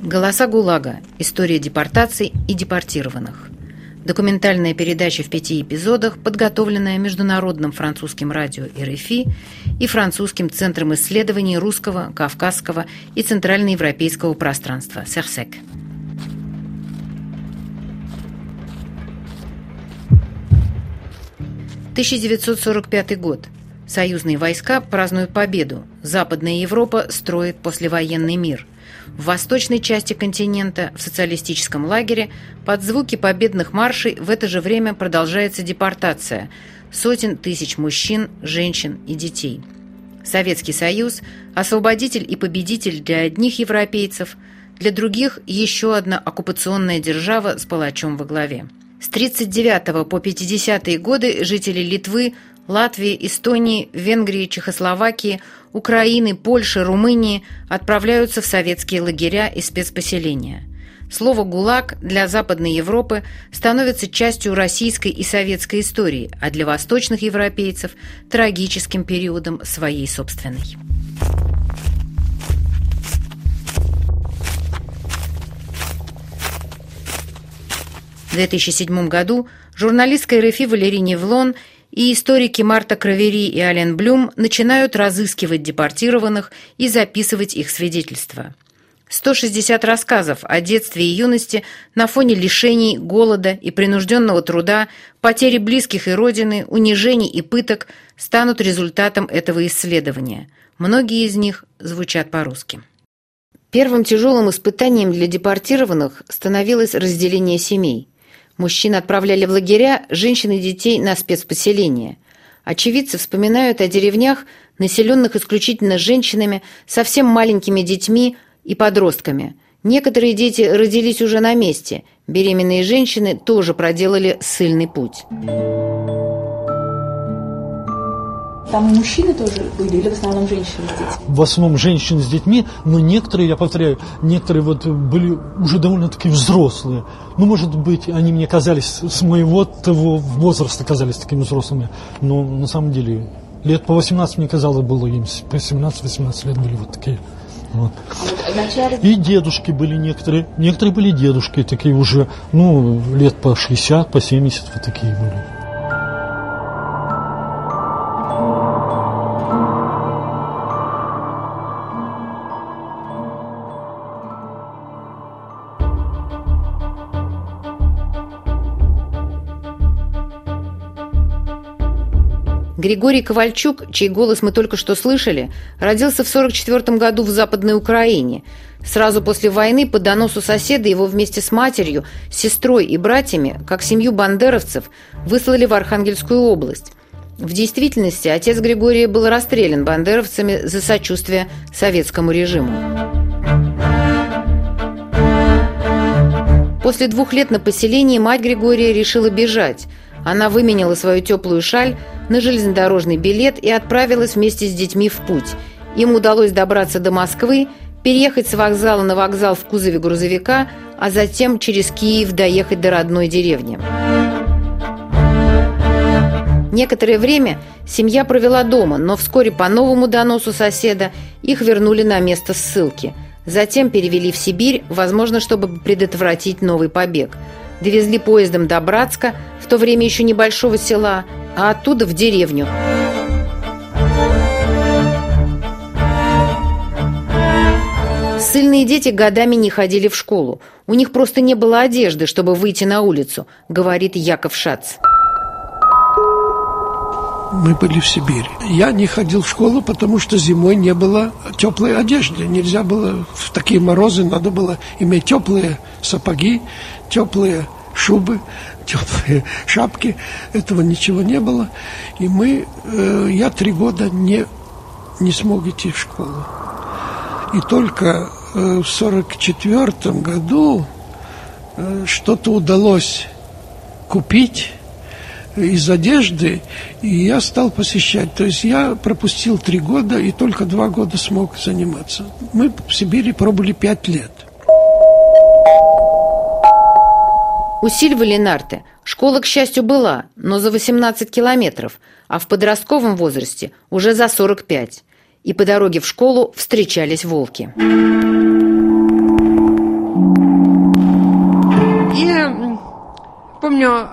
Голоса ГУЛАГа. История депортаций и депортированных. Документальная передача в 5 эпизодах, подготовленная Международным французским радио РФИ и Французским центром исследований русского, кавказского и центральноевропейского пространства СЕРСЕК. – 1945 год. Союзные войска празднуют победу. Западная Европа строит послевоенный мир. В восточной части континента, в социалистическом лагере, под звуки победных маршей в это же время продолжается депортация сотен тысяч мужчин, женщин и детей. Советский Союз – освободитель и победитель для одних европейцев, для других – еще одна оккупационная держава с палачом во главе. С 1939 по 1950-е годы жители Литвы, Латвии, Эстонии, Венгрии, Чехословакии, Украины, Польши, Румынии отправляются в советские лагеря и спецпоселения. Слово «ГУЛАГ» для Западной Европы становится частью российской и советской истории, а для восточных европейцев – трагическим периодом своей собственной. В 2007 году журналистка РФИ Валерий Невлон и историки Марта Кравери и Ален Блюм начинают разыскивать депортированных и записывать их свидетельства. 160 рассказов о детстве и юности на фоне лишений, голода и принужденного труда, потери близких и родины, унижений и пыток станут результатом этого исследования. Многие из них звучат по-русски. Первым тяжелым испытанием для депортированных становилось разделение семей. Мужчин отправляли в лагеря, женщин и детей на спецпоселения. Очевидцы вспоминают о деревнях, населенных исключительно женщинами, совсем маленькими детьми и подростками. Некоторые дети родились уже на месте. Беременные женщины тоже проделали ссыльный путь. Там мужчины тоже были или в основном женщины с детьми? В основном женщины с детьми, но некоторые, я повторяю, некоторые вот были уже довольно-таки взрослые. Ну, может быть, они мне казались, с моего того возраста казались такими взрослыми, но на самом деле лет по 18, мне казалось, было им, по 17-18 лет были вот такие. Вот. И дедушки были некоторые были дедушки такие уже, ну, лет по 60, по 70 вот такие были. Григорий Ковальчук, чей голос мы только что слышали, родился в 1944 году в Западной Украине. Сразу после войны по доносу соседа его вместе с матерью, сестрой и братьями, как семью бандеровцев, выслали в Архангельскую область. В действительности отец Григория был расстрелян бандеровцами за сочувствие советскому режиму. После 2 лет на поселении мать Григория решила бежать. Она выменяла свою теплую шаль на железнодорожный билет и отправилась вместе с детьми в путь. Им удалось добраться до Москвы, переехать с вокзала на вокзал в кузове грузовика, а затем через Киев доехать до родной деревни. Некоторое время семья провела дома, но вскоре по новому доносу соседа их вернули на место ссылки. Затем перевели в Сибирь, возможно, чтобы предотвратить новый побег. Довезли поездом до Братска, в то время еще небольшого села, а оттуда в деревню. Ссыльные дети годами не ходили в школу. У них просто не было одежды, чтобы выйти на улицу, говорит Яков Шац. Мы были в Сибири. Я не ходил в школу, потому что зимой не было теплой одежды. Нельзя было в такие морозы, надо было иметь теплые сапоги, теплые шубы, теплые шапки. Этого ничего не было. И я 3 года не смог идти в школу. И только в 1944 году что-то удалось купить из одежды, и я стал посещать. То есть я пропустил 3 года и только 2 года смог заниматься. Мы в Сибири пробыли 5 лет. У Сильвы Ленарте школа, к счастью, была, но за 18 километров, а в подростковом возрасте уже за 45. И по дороге в школу встречались волки. помню,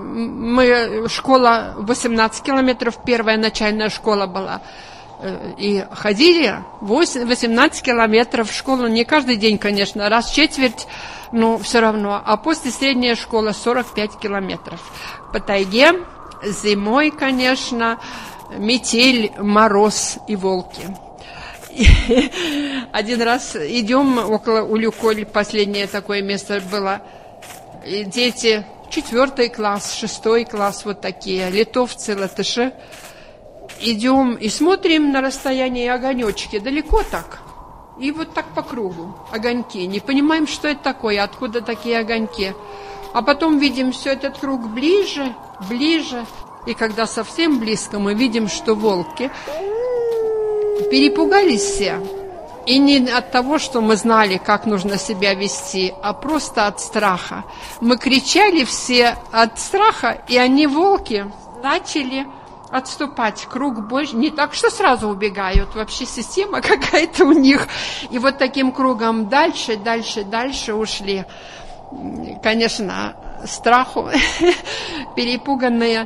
школа 18 километров, первая начальная школа была. И ходили 18 километров в школу, не каждый день, конечно, раз в четверть, но все равно. А после средней школы 45 километров. По тайге, зимой, конечно, метель, мороз и волки. И один раз идем около Улюколь, последнее такое место было. И дети, 4 класс, 6 класс, вот такие, литовцы, латыши. Идем и смотрим на расстоянии огонечки, далеко так. И вот так по кругу, огоньки. Не понимаем, что это такое, откуда такие огоньки. А потом видим все этот круг ближе, ближе. И когда совсем близко, мы видим, что волки перепугались все. И не от того, что мы знали, как нужно себя вести, а просто от страха. Мы кричали все от страха, и они, волки, начали отступать. Круг больше, не так, что сразу убегают. Вообще система какая-то у них. И вот таким кругом дальше, дальше, дальше ушли. Конечно, страху перепуганные.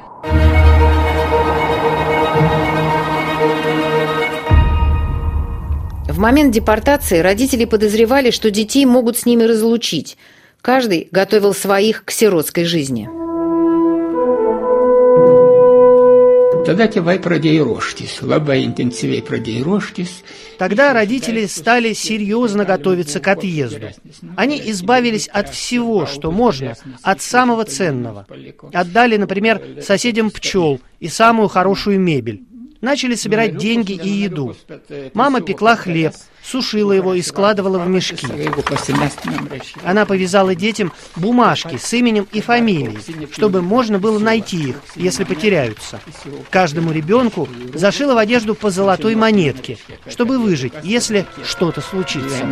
В момент депортации родители подозревали, что детей могут с ними разлучить. Каждый готовил своих к сиротской жизни. Тогда родители стали серьезно готовиться к отъезду. Они избавились от всего, что можно, от самого ценного. Отдали, например, соседям пчел и самую хорошую мебель. Начали собирать деньги и еду. Мама пекла хлеб, сушила его и складывала в мешки. Она повязала детям бумажки с именем и фамилией, чтобы можно было найти их, если потеряются. Каждому ребенку зашила в одежду по золотой монетке, чтобы выжить, если что-то случится.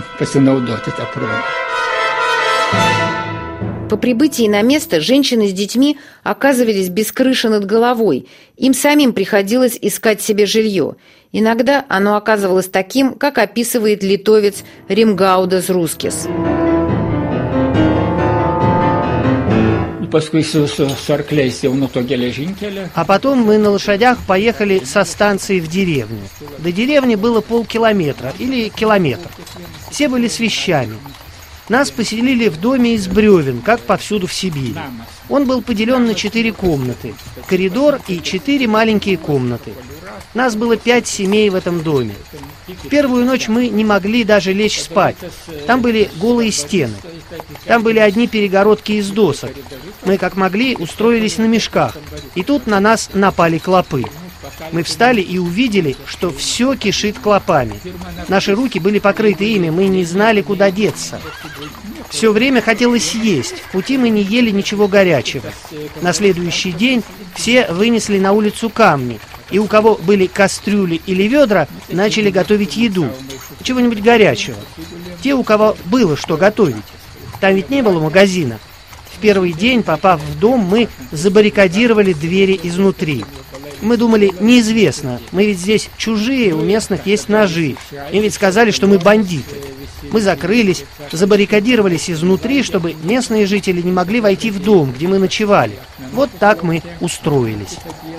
По прибытии на место женщины с детьми оказывались без крыши над головой. Им самим приходилось искать себе жилье. Иногда оно оказывалось таким, как описывает литовец Римгаудас Рускис. А потом мы на лошадях поехали со станции в деревню. До деревни было полкилометра или километр. Все были с вещами. Нас поселили в доме из бревен, как повсюду в Сибири. Он был поделен на 4 комнаты, коридор и 4 маленькие комнаты. Нас было 5 семей в этом доме. В первую ночь мы не могли даже лечь спать. Там были голые стены. Там были одни перегородки из досок. Мы, как могли, устроились на мешках. И тут на нас напали клопы. Мы встали и увидели, что все кишит клопами. Наши руки были покрыты ими, мы не знали, куда деться. Все время хотелось есть, в пути мы не ели ничего горячего. На следующий день все вынесли на улицу камни, и у кого были кастрюли или ведра, начали готовить еду, чего-нибудь горячего. Те, у кого было что готовить. Там ведь не было магазина. В первый день, попав в дом, мы забаррикадировали двери изнутри. Мы думали, неизвестно, мы ведь здесь чужие, у местных есть ножи. Им ведь сказали, что мы бандиты. Мы закрылись, забаррикадировались изнутри, чтобы местные жители не могли войти в дом, где мы ночевали. Вот так мы устроились.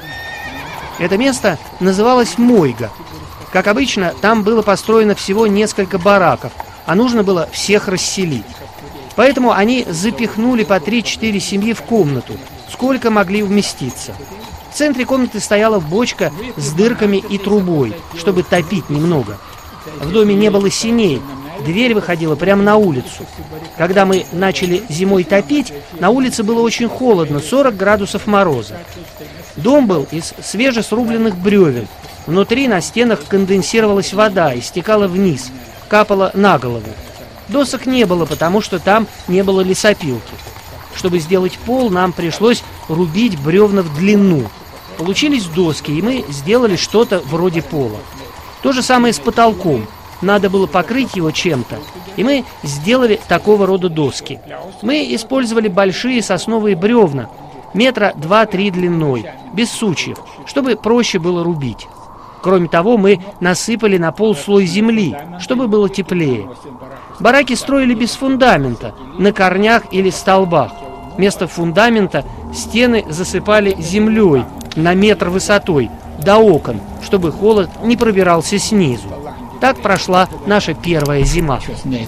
Это место называлось Мойга. Как обычно, там было построено всего несколько бараков, а нужно было всех расселить. Поэтому они запихнули по 3-4 семьи в комнату, сколько могли вместиться. В центре комнаты стояла бочка с дырками и трубой, чтобы топить немного. В доме не было сеней, дверь выходила прямо на улицу. Когда мы начали зимой топить, на улице было очень холодно, 40 градусов мороза. Дом был из свежесрубленных бревен. Внутри на стенах конденсировалась вода и стекала вниз, капала на голову. Досок не было, потому что там не было лесопилки. Чтобы сделать пол, нам пришлось рубить бревна в длину. Получились доски, и мы сделали что-то вроде пола. То же самое с потолком. Надо было покрыть его чем-то, и мы сделали такого рода доски. Мы использовали большие сосновые бревна, 2-3 метра длиной, без сучьев, чтобы проще было рубить. Кроме того, мы насыпали на пол слой земли, чтобы было теплее. Бараки строили без фундамента, на корнях или столбах. Вместо фундамента стены засыпали землей на метр высотой, до окон, чтобы холод не пробирался снизу. Так прошла наша первая зима.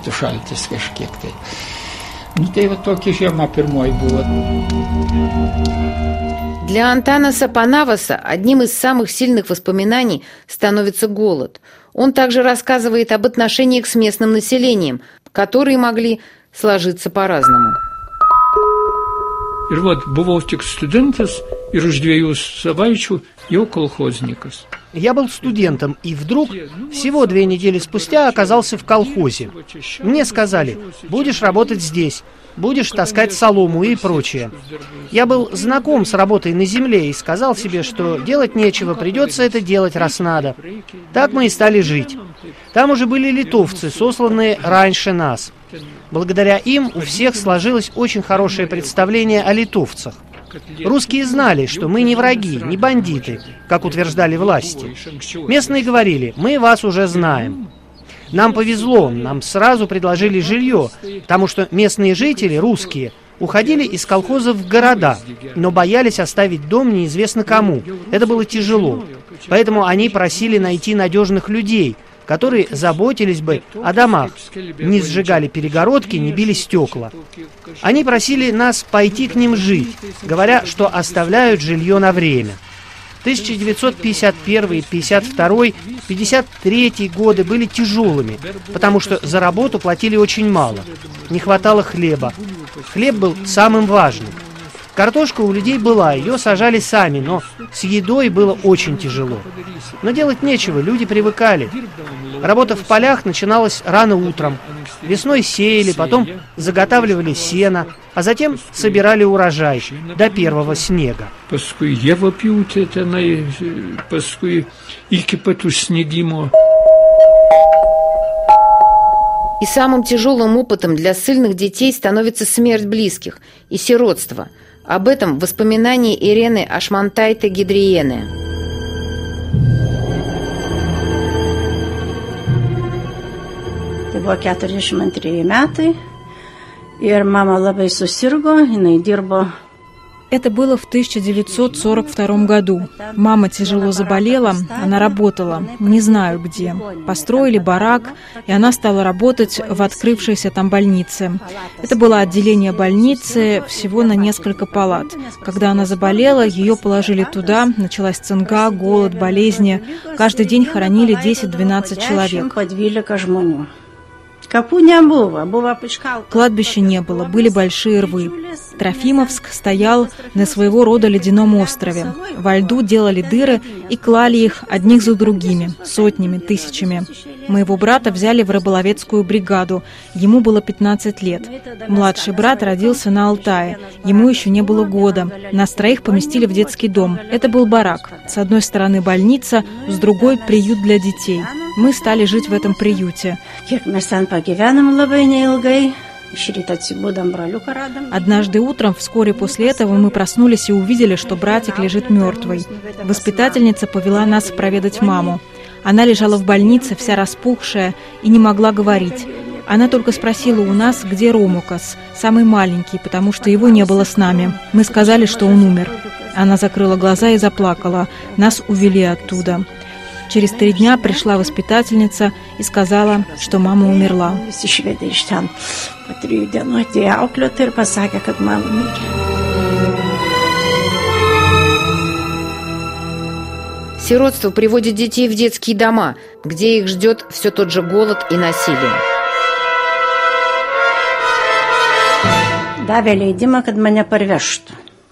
Для Антанаса Панаваса одним из самых сильных воспоминаний становится голод. Он также рассказывает об отношениях с местным населением, которые могли сложиться по-разному. Ir вот бывал тик студентас, и рождвеюс савайчу, и колхозникас. Я был студентом, и вдруг, всего 2 недели спустя, оказался в колхозе. Мне сказали: будешь работать здесь, будешь таскать солому и прочее. Я был знаком с работой на земле и сказал себе, что делать нечего, придется это делать, раз надо. Так мы и стали жить. Там уже были литовцы, сосланные раньше нас. Благодаря им у всех сложилось очень хорошее представление о литовцах. Русские знали, что мы не враги, не бандиты, как утверждали власти. Местные говорили: мы вас уже знаем. Нам повезло, нам сразу предложили жилье, потому что местные жители, русские, уходили из колхозов в города, но боялись оставить дом неизвестно кому. Это было тяжело. Поэтому они просили найти надежных людей, которые заботились бы о домах, не сжигали перегородки, не били стекла. Они просили нас пойти к ним жить, говоря, что оставляют жилье на время. 1951, 52, 53 годы были тяжелыми, потому что за работу платили очень мало. Не хватало хлеба. Хлеб был самым важным. Картошка у людей была, ее сажали сами, но с едой было очень тяжело. Но делать нечего, люди привыкали. Работа в полях начиналась рано утром. Весной сеяли, потом заготавливали сено, а затем собирали урожай до первого снега. И самым тяжелым опытом для ссыльных детей становится смерть близких и сиротство. Об этом воспоминания Ирены Ашмантайте-Гидриене. Tai buvo 42 metai ir mama labai susirgo, jinai dirbo. Это было в 1942 году. Мама тяжело заболела, она работала, не знаю где. Построили барак, и она стала работать в открывшейся там больнице. Это было отделение больницы, всего на несколько палат. Когда она заболела, ее положили туда, началась цинга, голод, болезни. Каждый день хоронили 10-12 человек. Кладбища не было, были большие рвы. Трофимовск стоял на своего рода ледяном острове. Во льду делали дыры и клали их одних за другими, сотнями, тысячами. Моего брата взяли в рыболовецкую бригаду. Ему было 15 лет. Младший брат родился на Алтае. Ему еще не было года. Нас 3 поместили в детский дом. Это был барак. С одной стороны больница, с другой приют для детей. Мы стали жить в этом приюте. Однажды утром, вскоре после этого, мы проснулись и увидели, что братик лежит мертвый. Воспитательница повела нас проведать маму. Она лежала в больнице, вся распухшая, и не могла говорить. Она только спросила у нас, где Ромукас, самый маленький, потому что его не было с нами. Мы сказали, что он умер. Она закрыла глаза и заплакала. Нас увели оттуда. Через 3 дня пришла воспитательница и сказала, что мама умерла. Сиротство приводит детей в детские дома, где их ждет все тот же голод и насилие. Davė leidimą, kad mane parvežtų.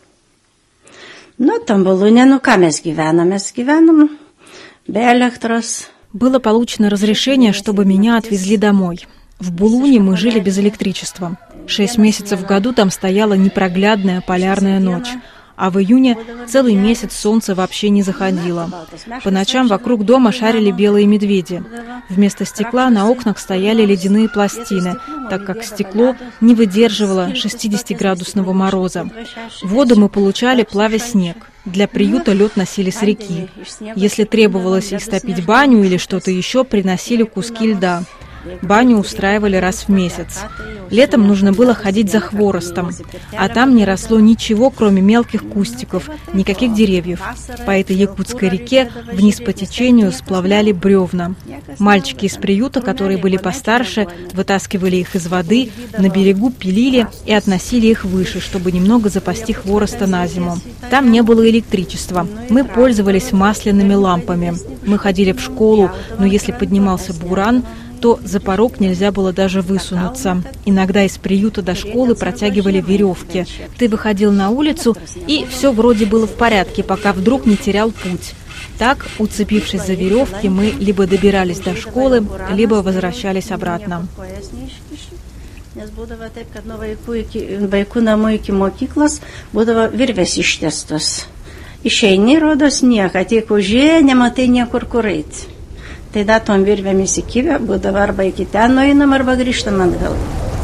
Там было, ką mes gyvenom be elektros. Было получено разрешение, чтобы меня отвезли домой. В Булуне мы жили без электричества. 6 месяцев в году там стояла непроглядная полярная ночь. А в июне целый месяц солнце вообще не заходило. По ночам вокруг дома шарили белые медведи. Вместо стекла на окнах стояли ледяные пластины, так как стекло не выдерживало 60-градусного мороза. Воду мы получали, плавя снег. Для приюта лед носили с реки. Если требовалось истопить баню или что-то еще, приносили куски льда. Баню устраивали раз в месяц. Летом нужно было ходить за хворостом, а там не росло ничего, кроме мелких кустиков, никаких деревьев. По этой якутской реке вниз по течению сплавляли бревна. Мальчики из приюта, которые были постарше, вытаскивали их из воды, на берегу пилили и относили их выше, чтобы немного запасти хвороста на зиму. Там не было электричества. Мы пользовались масляными лампами. Мы ходили в школу, но если поднимался буран, то за порог нельзя было даже высунуться. Иногда из приюта до школы протягивали веревки. Ты выходил на улицу, и все вроде было в порядке, пока вдруг не терял путь. Так, уцепившись за веревки, мы либо добирались до школы, либо возвращались обратно. Nes būdavo taip, kad nuo vaikų namų iki mokyklos būdavo virvės ištiestos. Išeini, rodos nieko, tik užėję, nematai niekur kur eiti. Tai da tom virvėm įsikibę, būdavo arba iki ten nueinam, arba grįžtam atgal.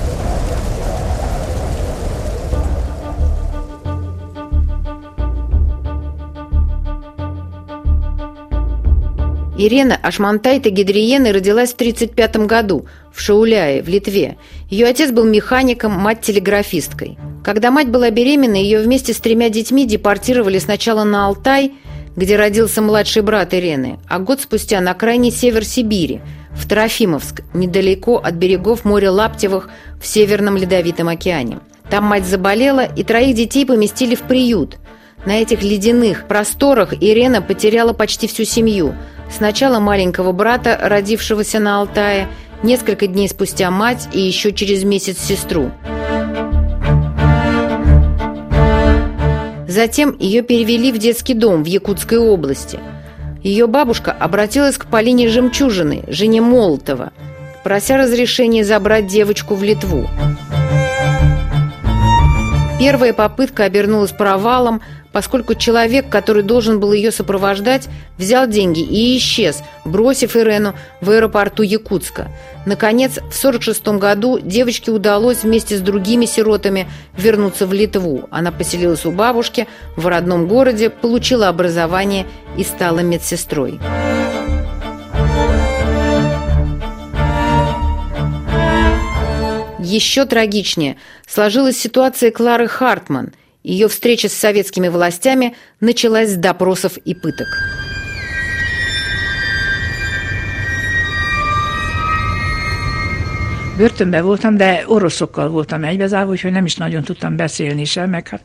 Ирена Ашмантайте-Гедриены родилась в 1935 году в Шауляе, в Литве. Ее отец был механиком, мать телеграфисткой. Когда мать была беременна, ее вместе с 3 детьми депортировали сначала на Алтай, где родился младший брат Ирены, а год спустя на крайний север Сибири, в Трофимовск, недалеко от берегов моря Лаптевых в Северном Ледовитом океане. Там мать заболела, и 3 детей поместили в приют. На этих ледяных просторах Ирена потеряла почти всю семью. Сначала маленького брата, родившегося на Алтае, несколько дней спустя мать и еще через месяц сестру. Затем ее перевели в детский дом в Якутской области. Ее бабушка обратилась к Полине Жемчужиной, жене Молотова, прося разрешения забрать девочку в Литву. Первая попытка обернулась провалом, поскольку человек, который должен был ее сопровождать, взял деньги и исчез, бросив Ирену в аэропорту Якутска. Наконец, в 1946 году девочке удалось вместе с другими сиротами вернуться в Литву. Она поселилась у бабушки в родном городе, получила образование и стала медсестрой. Еще трагичнее сложилась ситуация Клары Хартман. Ее встреча с советскими властями началась с допросов и пыток. Börtönben voltam, de oroszokkal voltam egybezárva, úgyhogy nem is nagyon tudtam beszélni sem, meg hát...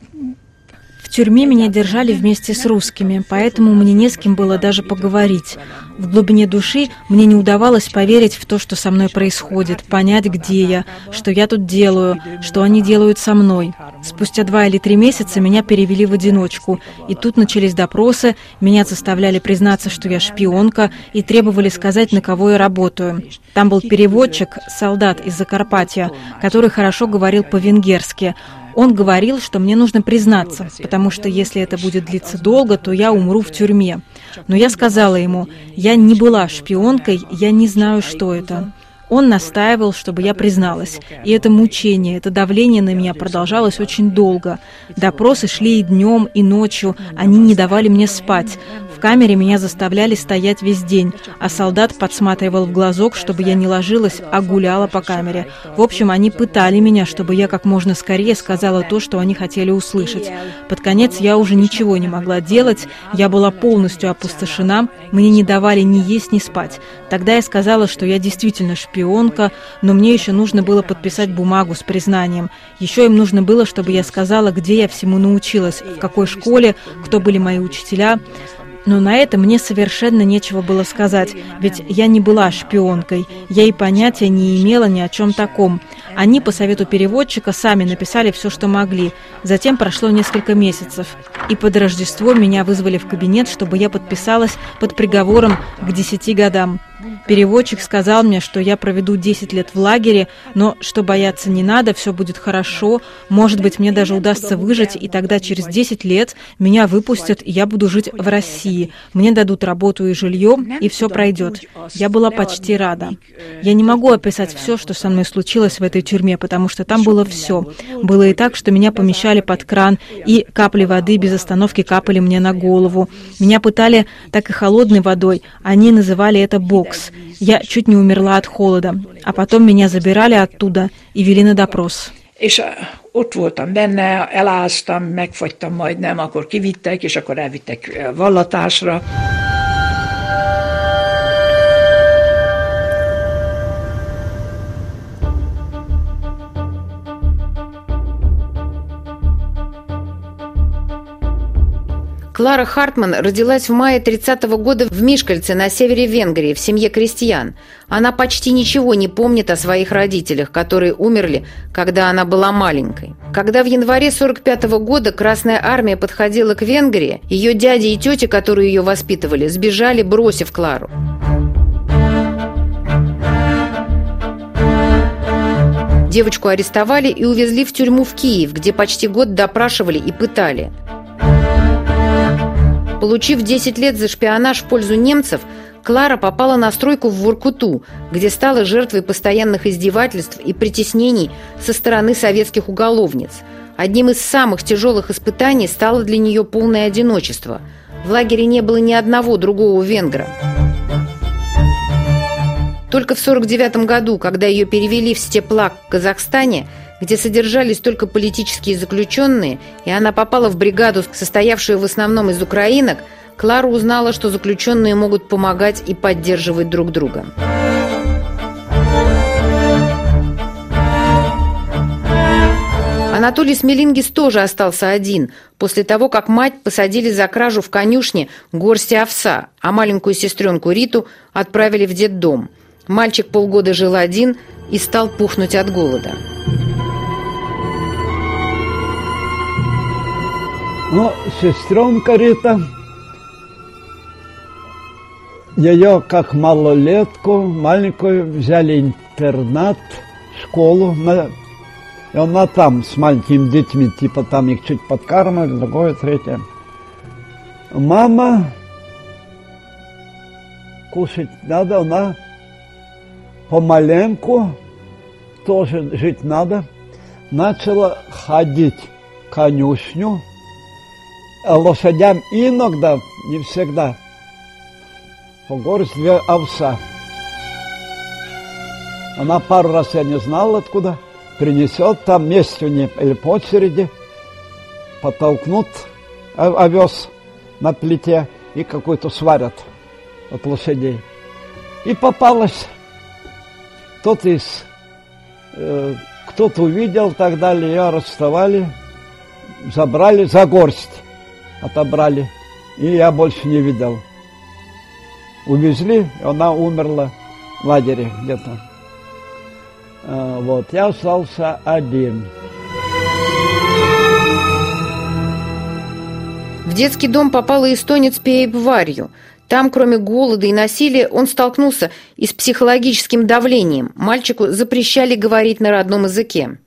В тюрьме меня держали вместе с русскими, поэтому мне не с кем было даже поговорить. В глубине души мне не удавалось поверить в то, что со мной происходит, понять, где я, что я тут делаю, что они делают со мной. Спустя 2 или 3 месяца меня перевели в одиночку, и тут начались допросы, меня заставляли признаться, что я шпионка, и требовали сказать, на кого я работаю. Там был переводчик, солдат из Закарпатья, который хорошо говорил по-венгерски. Он говорил, что мне нужно признаться, потому что если это будет длиться долго, то я умру в тюрьме. Но я сказала ему, я не была шпионкой, я не знаю, что это. Он настаивал, чтобы я призналась. И это мучение, это давление на меня продолжалось очень долго. Допросы шли и днем, и ночью. Они не давали мне спать. В камере меня заставляли стоять весь день, а солдат подсматривал в глазок, чтобы я не ложилась, а гуляла по камере. В общем, они пытали меня, чтобы я как можно скорее сказала то, что они хотели услышать. Под конец я уже ничего не могла делать, я была полностью опустошена, мне не давали ни есть, ни спать. Тогда я сказала, что я действительно шпионка, но мне еще нужно было подписать бумагу с признанием. Еще им нужно было, чтобы я сказала, где я всему научилась, в какой школе, кто были мои учителя. Но на это мне совершенно нечего было сказать, ведь я не была шпионкой, я и понятия не имела ни о чем таком. Они по совету переводчика сами написали все, что могли. Затем прошло несколько месяцев, и под Рождество меня вызвали в кабинет, чтобы я подписалась под приговором к 10 годам. Переводчик сказал мне, что я проведу 10 лет в лагере, но что бояться не надо, все будет хорошо, может быть, мне даже удастся выжить, и тогда через 10 лет меня выпустят, и я буду жить в России. Мне дадут работу и жилье, и все пройдет. Я была почти рада. Я не могу описать все, что со мной случилось в этой тюрьме, потому что там было все. Было и так, что меня помещали под кран, и капли воды без остановки капали мне на голову. Меня пытали так и холодной водой, они называли это бокс. Фокс. Я чуть не умерла от холода. А потом меня забирали оттуда и вели на допрос. És ott voltam benne, eláztam, megfagytam majdnem, akkor kivittek, és akkor elvittek vallatásra. Клара Хартман родилась в мае 30-го года в Мишкальце на севере Венгрии в семье крестьян. Она почти ничего не помнит о своих родителях, которые умерли, когда она была маленькой. Когда в январе 45-го года Красная Армия подходила к Венгрии, ее дяди и тети, которые ее воспитывали, сбежали, бросив Клару. Девочку арестовали и увезли в тюрьму в Киев, где почти год допрашивали и пытали. Получив 10 лет за шпионаж в пользу немцев, Клара попала на стройку в Воркуту, где стала жертвой постоянных издевательств и притеснений со стороны советских уголовниц. Одним из самых тяжелых испытаний стало для нее полное одиночество. В лагере не было ни одного другого венгра. Только в 1949 году, когда ее перевели в Степлак в Казахстане, где содержались только политические заключенные, и она попала в бригаду, состоявшую в основном из украинок, Клара узнала, что заключенные могут помогать и поддерживать друг друга. Анатолий Смелингис тоже остался один, после того, как мать посадили за кражу в конюшне горсти овса, а маленькую сестренку Риту отправили в детдом. Мальчик полгода жил один и стал пухнуть от голода. Ну, сестренка Рита, ее как малолетку, маленькую, взяли интернат, школу, и она там с маленькими детьми, типа там их чуть подкармливали, другое, третье. Мама, кушать надо, она помаленьку, тоже жить надо, начала ходить в конюшню, лошадям иногда, не всегда, по горстке овса. Она пару раз, я не знал откуда, принесет там вместе у нее или по очереди, подтолкнут овес на плите и какой-то сварят от лошадей. И попалась. Кто-то увидел, так далее, ее арестовали, забрали за горсть. Отобрали, и я больше не видел. Увезли, и она умерла в лагере где-то. Вот, я остался один. В детский дом попал и эстонец Пейп Варью. Там, кроме голода и насилия, он столкнулся и с психологическим давлением. Мальчику запрещали говорить на родном языке.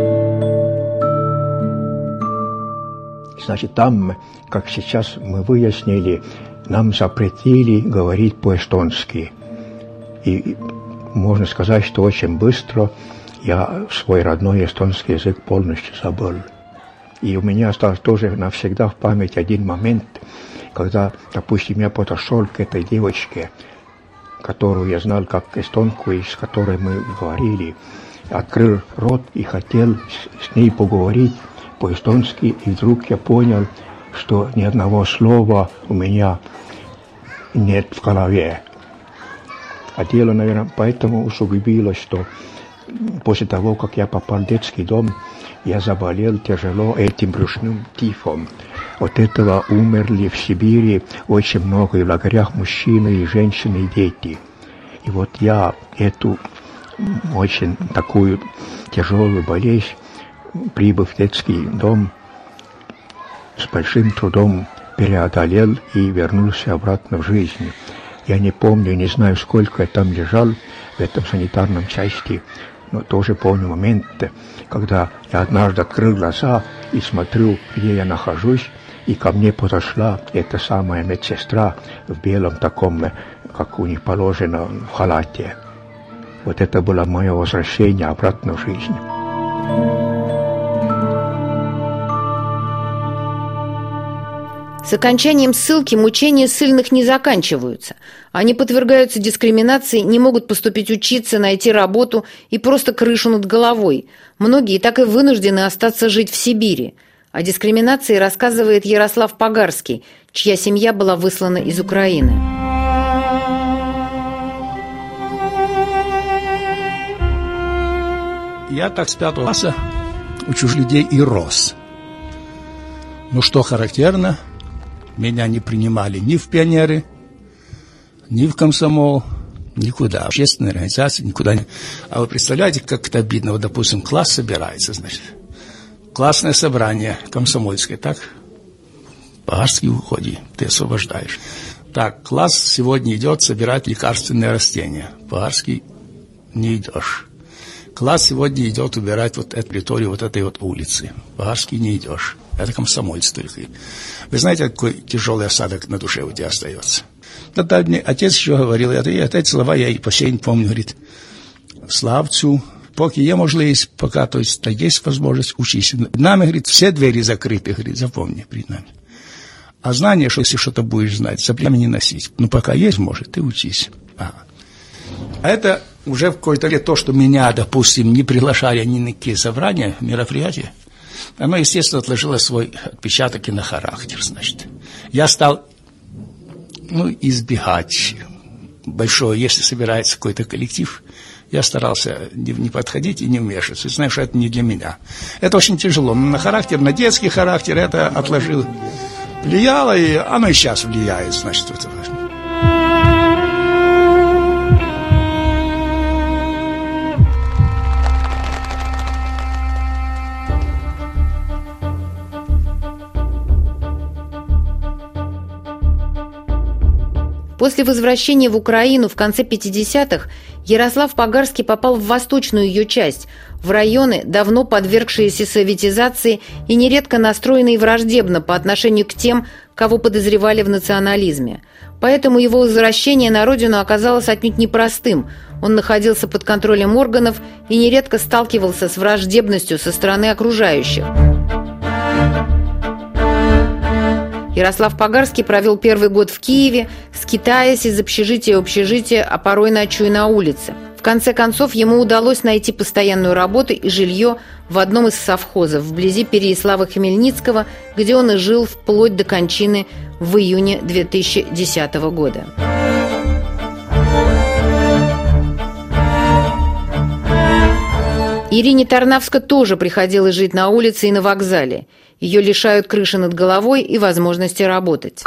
Значит, там, как сейчас мы выяснили, нам запретили говорить по-эстонски. И можно сказать, что очень быстро я свой родной эстонский язык полностью забыл. И у меня остался тоже навсегда в памяти один момент, когда, допустим, я подошел к этой девочке, которую я знал как эстонку, и с которой мы говорили, открыл рот и хотел с ней поговорить по-эстонски, и вдруг я понял, что ни одного слова у меня нет в голове. А дело, наверное, поэтому усугубилось, что после того, как я попал в детский дом, я заболел тяжело этим брюшным тифом. От этого умерли в Сибири очень много и в лагерях мужчины, и женщины, и дети. И вот я эту очень такую тяжелую болезнь, прибыв в детский дом, с большим трудом преодолел и вернулся обратно в жизнь. Я не помню, не знаю, сколько я там лежал в этом санитарном части, но тоже помню момент, когда я однажды открыл глаза и смотрю, где я нахожусь, и ко мне подошла эта самая медсестра в белом таком, как у них положено, в халате. Вот это было мое возвращение обратно в жизнь. С окончанием ссылки мучения ссыльных не заканчиваются. Они подвергаются дискриминации, не могут поступить учиться, найти работу и просто крышу над головой. Многие так и вынуждены остаться жить в Сибири. О дискриминации рассказывает Ярослав Погарский, чья семья была выслана из Украины. Я так с 5 класса у чужих людей и рос. Но что характерно, меня не принимали ни в пионеры, ни в комсомол, никуда. Общественные организации никуда не... А вы представляете, как это обидно? Вот, допустим, класс собирается, значит. Классное собрание комсомольское, так? Погарский, уходи, ты освобождаешь. Так, класс сегодня идет собирать лекарственные растения. Погарский, не идешь. Класс сегодня идет убирать вот эту территорию вот этой вот улицы. Погарский не идешь. Это комсомольцы только. Вы знаете, какой тяжелый осадок на душе у тебя остается? Тогда мне отец еще говорил, эти слова я и по сей день помню, говорит, Славцу, поки є можливість, пока, то есть, есть возможность, учись. Перед нами, говорит, все двери закрыты, говорит, запомни, перед нами. А знание, что если что-то будешь знать, за плечами не носить. Ну, пока есть, может, ты учись. Ага. А это уже в какой-то лет то, что меня, допустим, не приглашали ни на какие собрания, мероприятия, оно, естественно, отложило свой отпечаток и на характер, значит. Я стал, избегать большого, если собирается какой-то коллектив, я старался не подходить и не вмешиваться. Знаю, что это не для меня. Это очень тяжело. Но на характер, на детский характер это отложил. Влияло, и оно и сейчас влияет, значит, это важно. После возвращения в Украину в конце 50-х Ярослав Погарский попал в восточную ее часть, в районы, давно подвергшиеся советизации и нередко настроенные враждебно по отношению к тем, кого подозревали в национализме. Поэтому его возвращение на родину оказалось отнюдь непростым. Он находился под контролем органов и нередко сталкивался с враждебностью со стороны окружающих. Ярослав Погарский провел первый год в Киеве, скитаясь из общежития в общежитие, а порой ночуя на улице. В конце концов, ему удалось найти постоянную работу и жилье в одном из совхозов вблизи Переяслава-Хмельницкого, где он и жил вплоть до кончины в июне 2010 года. Ирине Тарнавско тоже приходилось жить на улице и на вокзале. Ее лишают крыши над головой и возможности работать.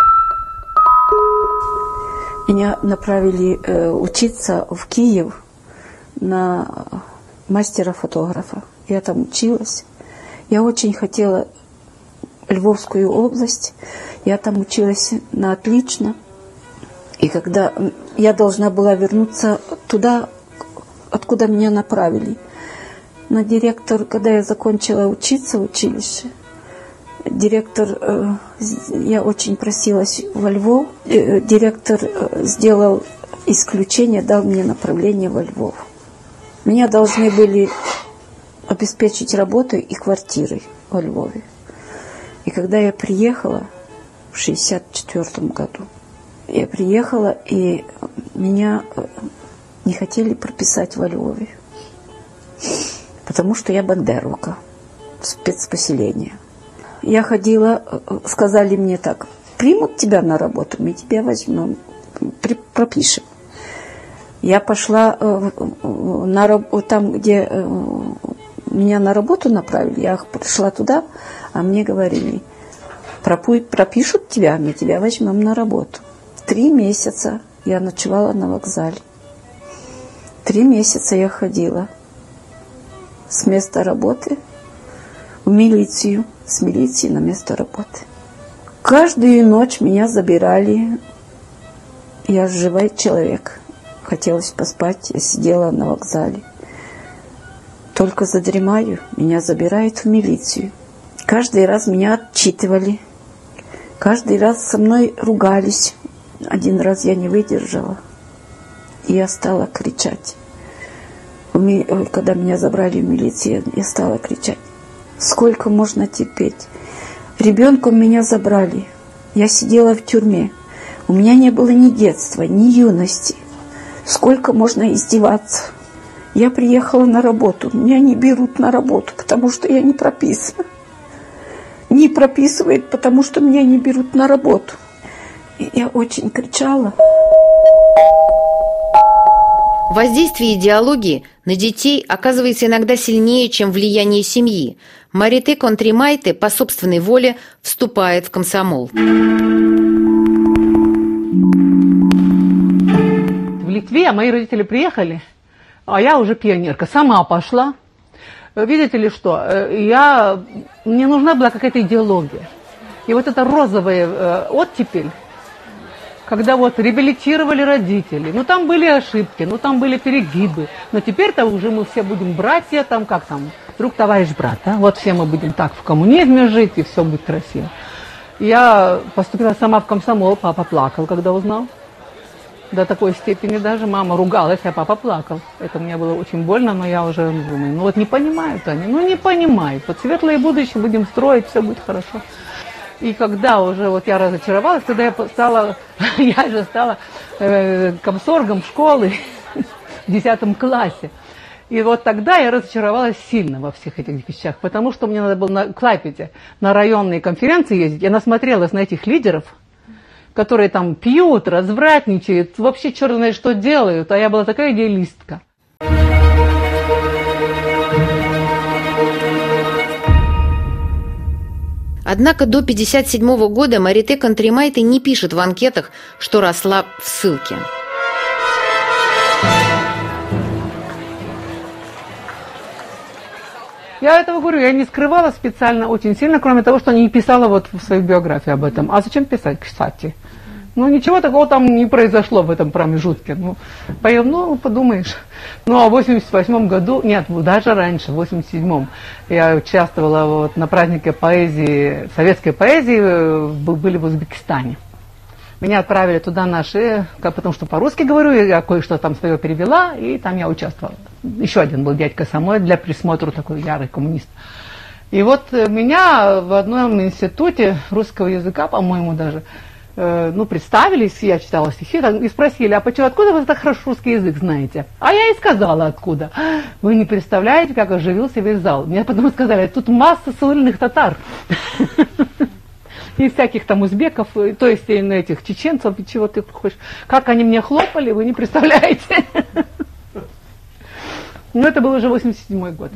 Меня направили учиться в Киев на мастера-фотографа. Я там училась. Я очень хотела Львовскую область. Я там училась на отлично. И когда я должна была вернуться туда, откуда меня направили, но директор, когда я закончила учиться в училище, директор, я очень просилась во Львов, директор сделал исключение, дал мне направление во Львов. Меня должны были обеспечить работой и квартирой во Львове. И когда я приехала в 1964 году, я приехала, и меня не хотели прописать во Львове, потому что я бандеровка, спецпоселение. Я ходила, сказали мне так: примут тебя на работу, мы тебя возьмем, пропишем. Я пошла там, где меня на работу направили, я пришла туда, а мне говорили: пропишут тебя, мы тебя возьмем на работу. 3 месяца я ночевала на вокзале. 3 месяца я ходила с места работы в милицию, с милиции на место работы. Каждую ночь меня забирали. Я живой человек. Хотелось поспать, я сидела на вокзале. Только задремаю, меня забирают в милицию. Каждый раз меня отчитывали. Каждый раз со мной ругались. Один раз я не выдержала. И я стала кричать. Когда меня забрали в милицию, я стала кричать: сколько можно терпеть? Ребенком меня забрали. Я сидела в тюрьме. У меня не было ни детства, ни юности. Сколько можно издеваться? Я приехала на работу. Меня не берут на работу, потому что я не прописана. Не прописывает, потому что меня не берут на работу. И я очень кричала. Воздействие идеологии на детей оказывается иногда сильнее, чем влияние семьи. Марите Контримайте по собственной воле вступает в комсомол. В Литве мои родители приехали, а я уже пионерка, сама пошла. Видите ли что, мне нужна была какая-то идеология. И вот эта розовая оттепель, когда вот реабилитировали родителей, ну там были ошибки, ну там были перегибы, но теперь-то уже мы все будем братья, там как там, друг, товарищ, брат, да? Вот все мы будем так в коммунизме жить, и все будет красиво. Я поступила сама в комсомол, папа плакал, когда узнал. До такой степени даже мама ругалась, а папа плакал. Это мне было очень больно, но я уже думаю, ну вот не понимают они, не понимают. Вот светлое будущее будем строить, все будет хорошо. И когда уже вот я разочаровалась, когда я же стала комсоргом школы в 10 классе. И вот тогда я разочаровалась сильно во всех этих вещах, потому что мне надо было на Клайпеде на районные конференции ездить. Я насмотрелась на этих лидеров, которые там пьют, развратничают, вообще черт знает что делают, а я была такая идеалистка. Однако до 1957 года Марите Контримайте не пишет в анкетах, что росла в ссылке. Я этого говорю, я не скрывала специально очень сильно, кроме того, что не писала вот в своей биографии об этом. А зачем писать, кстати? Ничего такого там не произошло в этом промежутке. Подумаешь. А в 1988 году, нет, даже раньше, в 1987 я участвовала вот на празднике поэзии, советской поэзии, были в Узбекистане. Меня отправили туда потому что по-русски говорю, я кое-что там свое перевела, и там я участвовала. Еще один был дядька со мной для присмотра, такой ярый коммунист. И вот меня в одном институте русского языка, по-моему, даже, представились, я читала стихи, и спросили, откуда вы так хорошо русский язык знаете? А я и сказала, откуда. Вы не представляете, как оживился весь зал. Мне потом сказали, тут масса ссыльных татар. И всяких там узбеков, то есть этих чеченцев, чего ты хочешь. Как они мне хлопали, вы не представляете. Это был уже 1987 год.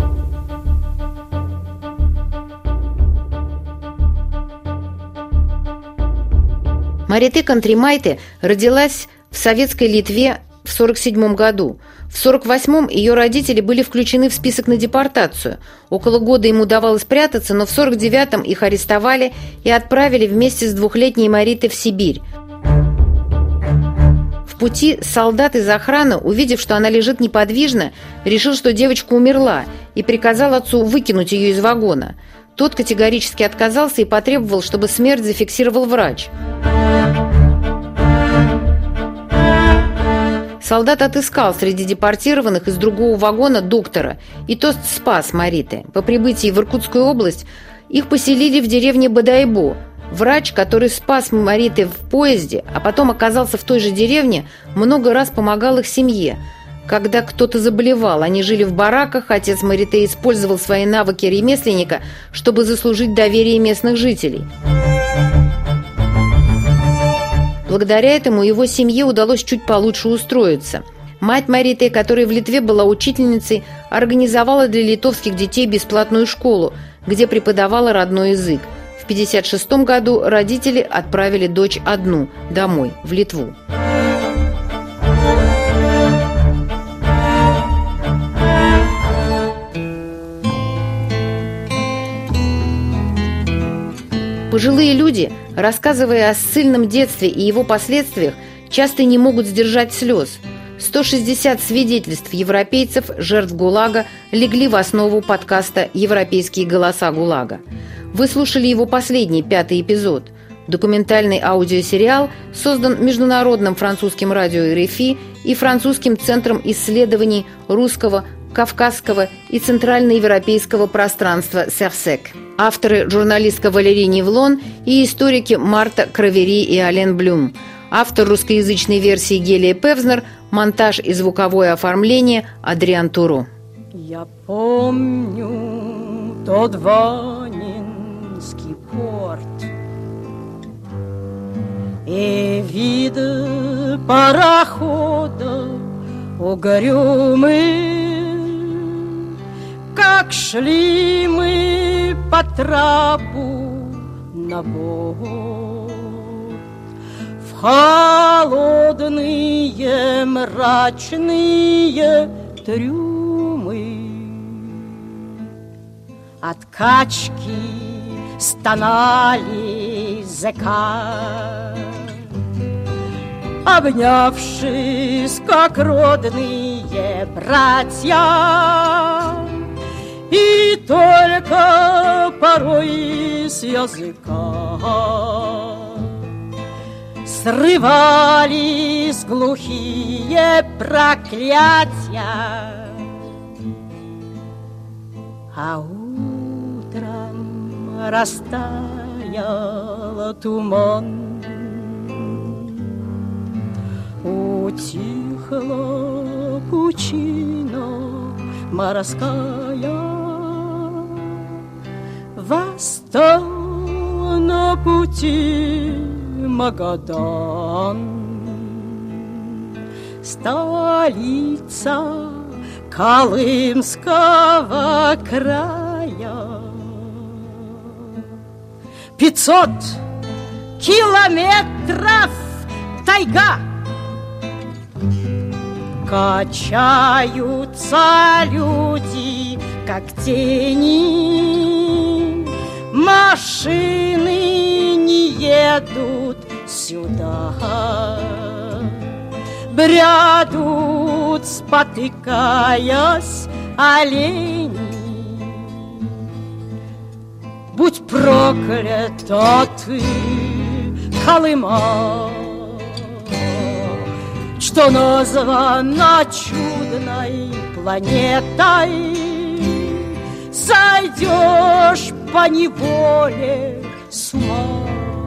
Марите Контримайте родилась в советской Литве в 1947 году. В 1948 ее родители были включены в список на депортацию. Около года им удавалось спрятаться, но в 1949 их арестовали и отправили вместе с двухлетней Маритой в Сибирь. В пути солдат из охраны, увидев, что она лежит неподвижно, решил, что девочка умерла, и приказал отцу выкинуть ее из вагона. Тот категорически отказался и потребовал, чтобы смерть зафиксировал врач. Солдат отыскал среди депортированных из другого вагона доктора, и тот спас Марите. По прибытии в Иркутскую область их поселили в деревне Бадайбо. Врач, который спас Марите в поезде, а потом оказался в той же деревне, много раз помогал их семье. Когда кто-то заболевал, они жили в бараках, отец Марите использовал свои навыки ремесленника, чтобы заслужить доверие местных жителей. Благодаря этому его семье удалось чуть получше устроиться. Мать Марите, которая в Литве была учительницей, организовала для литовских детей бесплатную школу, где преподавала родной язык. В 1956 году родители отправили дочь одну домой, в Литву. Пожилые люди, рассказывая о ссыльном детстве и его последствиях, часто не могут сдержать слез. 160 свидетельств европейцев, жертв ГУЛАГа, легли в основу подкаста «Европейские голоса ГУЛАГа». Вы слушали его последний, 5-й эпизод. Документальный аудиосериал создан Международным французским радио РФИ и Французским центром исследований русского кавказского и центральноевропейского пространства Серсек. Авторы журналистка Валерий Невлон и историки Марта Кравери и Ален Блюм. Автор русскоязычной версии Гелия Певзнер, монтаж и звуковое оформление Адриан Туру. Я помню тот Ванинский порт и вид парохода угрюмый, как шли мы по трапу на борт в холодные мрачные трюмы. От качки стонали зэка, обнявшись, как родные братья, и только порой с языка срывались глухие проклятия. А утром растаял туман, утихла пучина морская, восстал на пути Магадан, столица Колымского края. 500 километров тайга, качаются люди, как тени, машины не едут сюда, брядут, спотыкаясь, олени. Будь проклята ты, Колыма, что названа чудной планетой. Сойдешь поневоле с ума,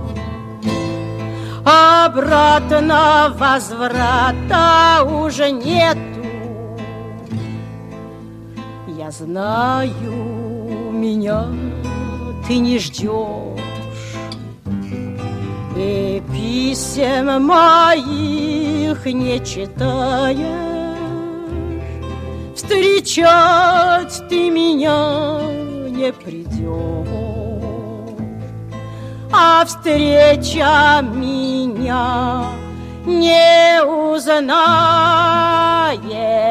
обратно возврата уже нету. Я знаю, меня ты не ждешь, и писем моих не читаешь. Встречать ты меня не придешь, а встреча меня не узнает.